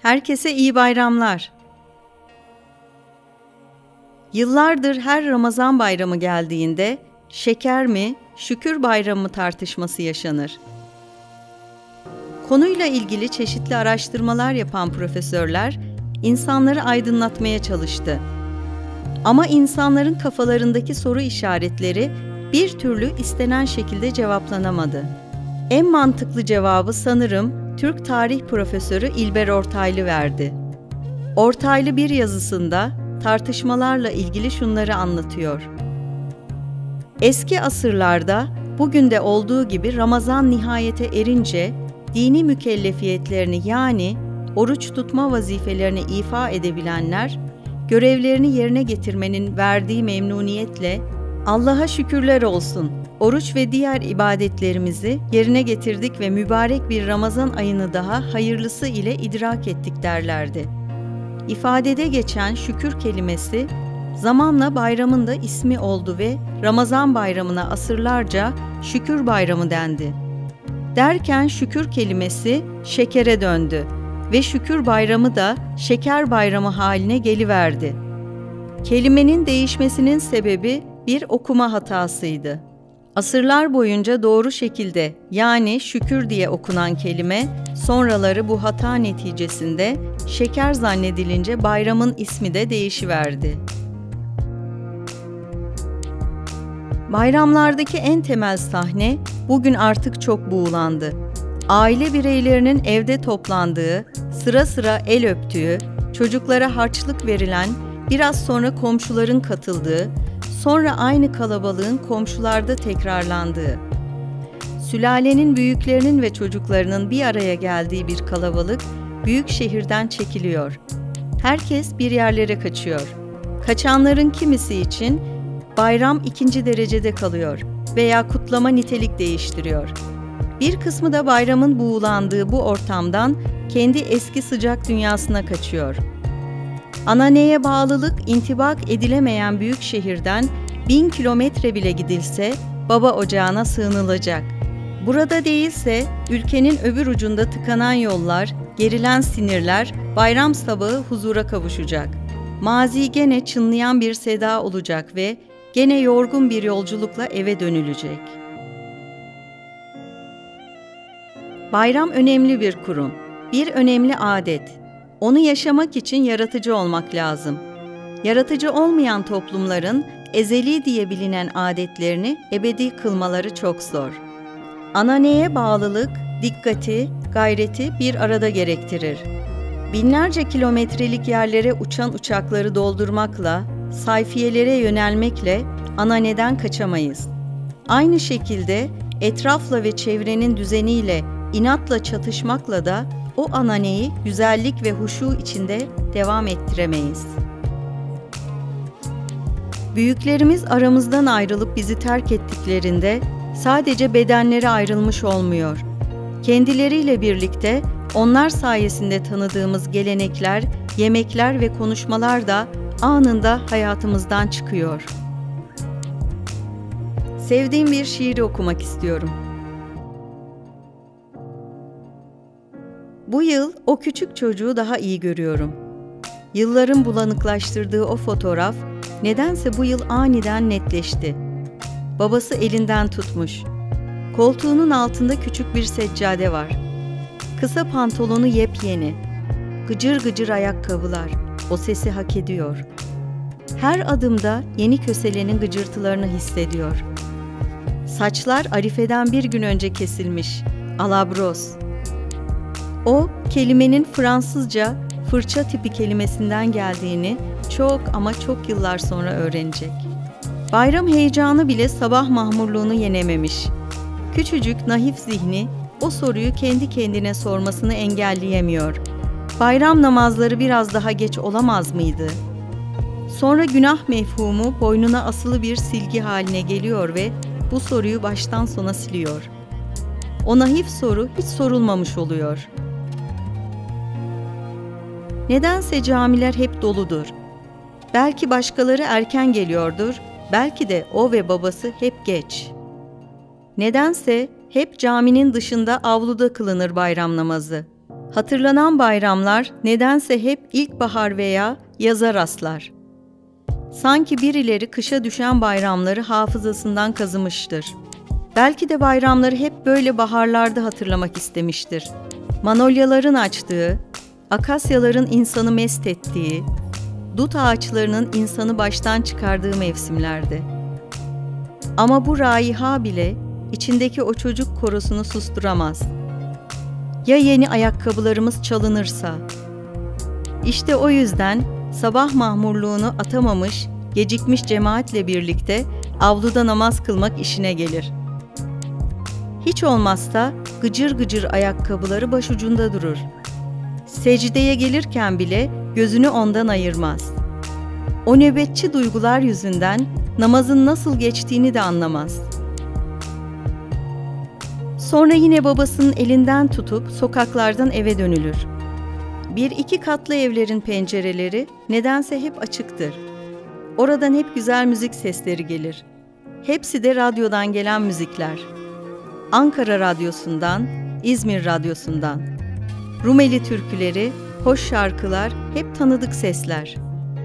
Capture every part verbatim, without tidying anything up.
Herkese iyi bayramlar. Yıllardır her Ramazan bayramı geldiğinde şeker mi, şükür bayramı mı tartışması yaşanır. Konuyla ilgili çeşitli araştırmalar yapan profesörler insanları aydınlatmaya çalıştı. Ama insanların kafalarındaki soru işaretleri bir türlü istenen şekilde cevaplanamadı. En mantıklı cevabı sanırım Türk tarih profesörü İlber Ortaylı verdi. Ortaylı bir yazısında tartışmalarla ilgili şunları anlatıyor. Eski asırlarda bugün de olduğu gibi Ramazan nihayete erince dini mükellefiyetlerini yani oruç tutma vazifelerini ifa edebilenler, görevlerini yerine getirmenin verdiği memnuniyetle Allah'a şükürler olsun, oruç ve diğer ibadetlerimizi yerine getirdik ve mübarek bir Ramazan ayını daha hayırlısı ile idrak ettik derlerdi. İfadede geçen şükür kelimesi zamanla bayramın da ismi oldu ve Ramazan bayramına asırlarca şükür bayramı dendi. Derken şükür kelimesi şekere döndü ve şükür bayramı da şeker bayramı haline geliverdi. Kelimenin değişmesinin sebebi bir okuma hatasıydı. Asırlar boyunca doğru şekilde yani şükür diye okunan kelime, sonraları bu hata neticesinde şeker zannedilince bayramın ismi de değişiverdi. Bayramlardaki en temel sahne bugün artık çok buğulandı. Aile bireylerinin evde toplandığı, sıra sıra el öptüğü, çocuklara harçlık verilen, biraz sonra komşuların katıldığı, sonra aynı kalabalığın komşularda tekrarlandığı, sülalenin büyüklerinin ve çocuklarının bir araya geldiği bir kalabalık büyük şehirden çekiliyor. Herkes bir yerlere kaçıyor. Kaçanların kimisi için bayram ikinci derecede kalıyor veya kutlama nitelik değiştiriyor. Bir kısmı da bayramın buğulandığı bu ortamdan kendi eski sıcak dünyasına kaçıyor. Ananeye bağlılık intibak edilemeyen büyük şehirden bin kilometre bile gidilse baba ocağına sığınılacak. Burada değilse ülkenin öbür ucunda tıkanan yollar, gerilen sinirler bayram sabahı huzura kavuşacak. Mazi gene çınlayan bir seda olacak ve gene yorgun bir yolculukla eve dönülecek. Bayram önemli bir kurum, bir önemli adet. Onu yaşamak için yaratıcı olmak lazım. Yaratıcı olmayan toplumların ezeli diye bilinen adetlerini ebedi kılmaları çok zor. Ananeye bağlılık, dikkati, gayreti bir arada gerektirir. Binlerce kilometrelik yerlere uçan uçakları doldurmakla, sayfiyelere yönelmekle ananeden kaçamayız. Aynı şekilde etrafla ve çevrenin düzeniyle, inatla çatışmakla da o ananeyi güzellik ve huşu içinde devam ettiremeyiz. Büyüklerimiz aramızdan ayrılıp bizi terk ettiklerinde sadece bedenleri ayrılmış olmuyor. Kendileriyle birlikte onlar sayesinde tanıdığımız gelenekler, yemekler ve konuşmalar da anında hayatımızdan çıkıyor. Sevdiğim bir şiiri okumak istiyorum. Bu yıl o küçük çocuğu daha iyi görüyorum. Yılların bulanıklaştırdığı o fotoğraf nedense bu yıl aniden netleşti. Babası elinden tutmuş. Koltuğunun altında küçük bir seccade var. Kısa pantolonu yepyeni. Gıcır gıcır ayakkabılar. O sesi hak ediyor. Her adımda yeni köselenin gıcırtılarını hissediyor. Saçlar Arife'den bir gün önce kesilmiş. Alabros. O, kelimenin Fransızca fırça tipi kelimesinden geldiğini çok ama çok yıllar sonra öğrenecek. Bayram heyecanı bile sabah mahmurluğunu yenememiş. Küçücük naif zihni o soruyu kendi kendine sormasını engelleyemiyor. Bayram namazları biraz daha geç olamaz mıydı? Sonra günah mefhumu boynuna asılı bir silgi haline geliyor ve bu soruyu baştan sona siliyor. O naif soru hiç sorulmamış oluyor. Nedense camiler hep doludur. Belki başkaları erken geliyordur, belki de o ve babası hep geç. Nedense hep caminin dışında avluda kılınır bayram namazı. Hatırlanan bayramlar nedense hep ilkbahar veya yaza rastlar. Sanki birileri kışa düşen bayramları hafızasından kazımıştır. Belki de bayramları hep böyle baharlarda hatırlamak istemiştir. Manolyaların açtığı, akasyaların insanı mest ettiği, dut ağaçlarının insanı baştan çıkardığı mevsimlerde. Ama bu raiha bile içindeki o çocuk korosunu susturamaz. Ya yeni ayakkabılarımız çalınırsa? İşte o yüzden sabah mahmurluğunu atamamış, gecikmiş cemaatle birlikte avluda namaz kılmak işine gelir. Hiç olmazsa gıcır gıcır ayakkabıları başucunda durur. Secdeye gelirken bile gözünü ondan ayırmaz. O nöbetçi duygular yüzünden namazın nasıl geçtiğini de anlamaz. Sonra yine babasının elinden tutup sokaklardan eve dönülür. Bir iki katlı evlerin pencereleri nedense hep açıktır. Oradan hep güzel müzik sesleri gelir. Hepsi de radyodan gelen müzikler. Ankara Radyosu'ndan, İzmir Radyosu'ndan. Rumeli türküleri, hoş şarkılar, hep tanıdık sesler.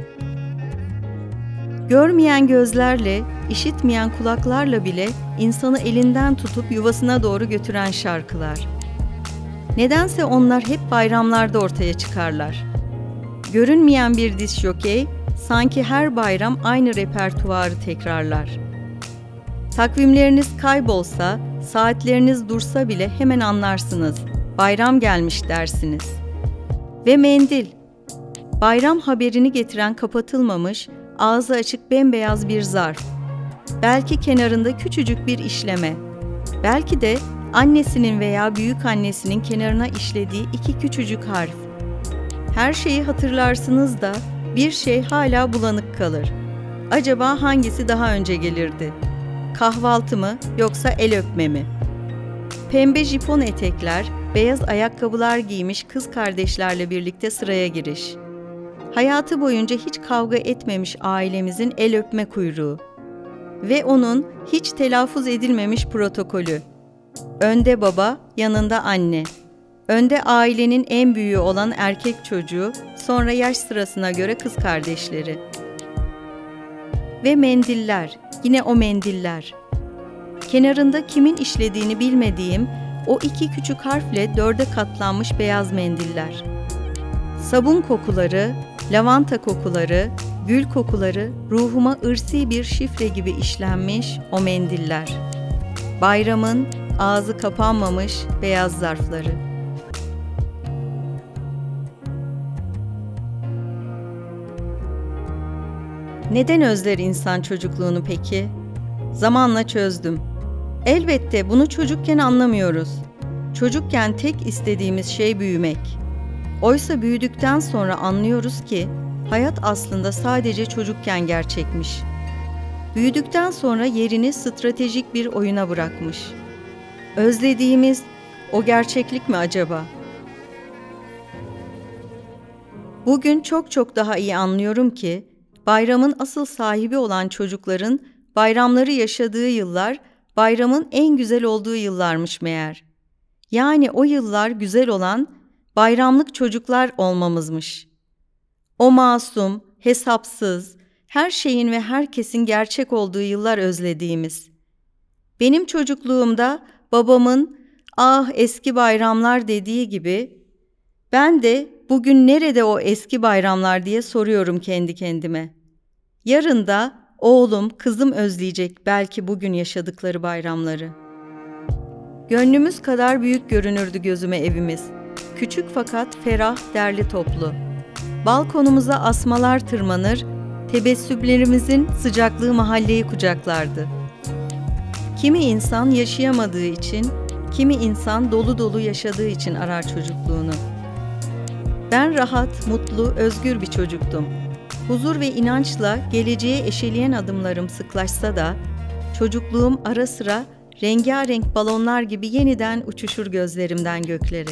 Görmeyen gözlerle, işitmeyen kulaklarla bile insanı elinden tutup yuvasına doğru götüren şarkılar. Nedense onlar hep bayramlarda ortaya çıkarlar. Görünmeyen bir disk jokey, sanki her bayram aynı repertuarı tekrarlar. Takvimleriniz kaybolsa, saatleriniz dursa bile hemen anlarsınız. Bayram gelmiş dersiniz. Ve mendil. Bayram haberini getiren kapatılmamış, ağzı açık bembeyaz bir zarf. Belki kenarında küçücük bir işleme. Belki de annesinin veya büyükannesinin kenarına işlediği iki küçücük harf. Her şeyi hatırlarsınız da bir şey hala bulanık kalır. Acaba hangisi daha önce gelirdi? Kahvaltı mı yoksa el öpme mi? Pembe jipon etekler, beyaz ayakkabılar giymiş kız kardeşlerle birlikte sıraya giriş. Hayatı boyunca hiç kavga etmemiş ailemizin el öpme kuyruğu. Ve onun hiç telaffuz edilmemiş protokolü. Önde baba, yanında anne. Önde ailenin en büyüğü olan erkek çocuğu, sonra yaş sırasına göre kız kardeşleri. Ve mendiller, yine o mendiller. Kenarında kimin işlediğini bilmediğim o iki küçük harfle dörde katlanmış beyaz mendiller. Sabun kokuları, lavanta kokuları, gül kokuları ruhuma ırsi bir şifre gibi işlenmiş o mendiller. Bayramın ağzı kapanmamış beyaz zarfları. Neden özler insan çocukluğunu peki? Zamanla çözdüm. Elbette bunu çocukken anlamıyoruz. Çocukken tek istediğimiz şey büyümek. Oysa büyüdükten sonra anlıyoruz ki hayat aslında sadece çocukken gerçekmiş. Büyüdükten sonra yerini stratejik bir oyuna bırakmış. Özlediğimiz o gerçeklik mi acaba? Bugün çok çok daha iyi anlıyorum ki bayramın asıl sahibi olan çocukların bayramları yaşadığı yıllar bayramın en güzel olduğu yıllarmış meğer. Yani o yıllar güzel olan bayramlık çocuklar olmamızmış. O masum, hesapsız, her şeyin ve herkesin gerçek olduğu yıllar özlediğimiz. Benim çocukluğumda babamın "ah eski bayramlar" dediği gibi ben de bugün nerede o eski bayramlar diye soruyorum kendi kendime. Yarın da oğlum, kızım özleyecek belki bugün yaşadıkları bayramları. Gönlümüz kadar büyük görünürdü gözüme evimiz. Küçük fakat ferah, derli toplu. Balkonumuza asmalar tırmanır, tebessümlerimizin sıcaklığı mahalleyi kucaklardı. Kimi insan yaşayamadığı için, kimi insan dolu dolu yaşadığı için arar çocukluğunu. Ben rahat, mutlu, özgür bir çocuktum. Huzur ve inançla geleceğe eşeleyen adımlarım sıklaşsa da, çocukluğum ara sıra rengarenk balonlar gibi yeniden uçuşur gözlerimden göklere.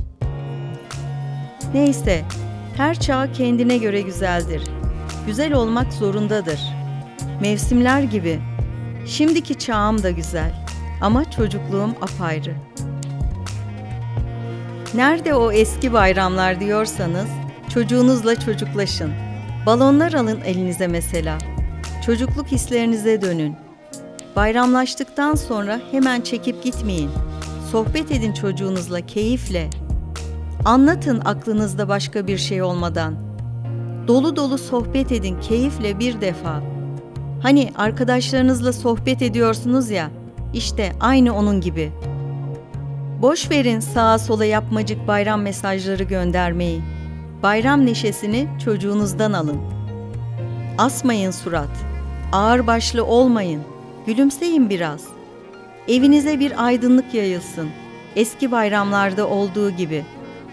Neyse, her çağ kendine göre güzeldir. Güzel olmak zorundadır. Mevsimler gibi. Şimdiki çağım da güzel ama çocukluğum apayrı. Nerede o eski bayramlar diyorsanız, çocuğunuzla çocuklaşın. Balonlar alın elinize mesela. Çocukluk hislerinize dönün. Bayramlaştıktan sonra hemen çekip gitmeyin. Sohbet edin çocuğunuzla keyifle. Anlatın aklınızda başka bir şey olmadan. Dolu dolu sohbet edin keyifle bir defa. Hani arkadaşlarınızla sohbet ediyorsunuz ya, işte aynı onun gibi. Boş verin sağa sola yapmacık bayram mesajları göndermeyi. Bayram neşesini çocuğunuzdan alın. Asmayın surat, ağırbaşlı olmayın, gülümseyin biraz. Evinize bir aydınlık yayılsın, eski bayramlarda olduğu gibi.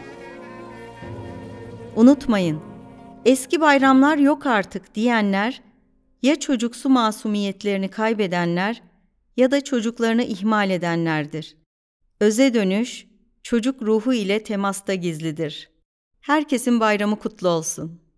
Unutmayın, eski bayramlar yok artık diyenler, ya çocuksu masumiyetlerini kaybedenler ya da çocuklarını ihmal edenlerdir. Öze dönüş, çocuk ruhu ile temasta gizlidir. Herkesin bayramı kutlu olsun.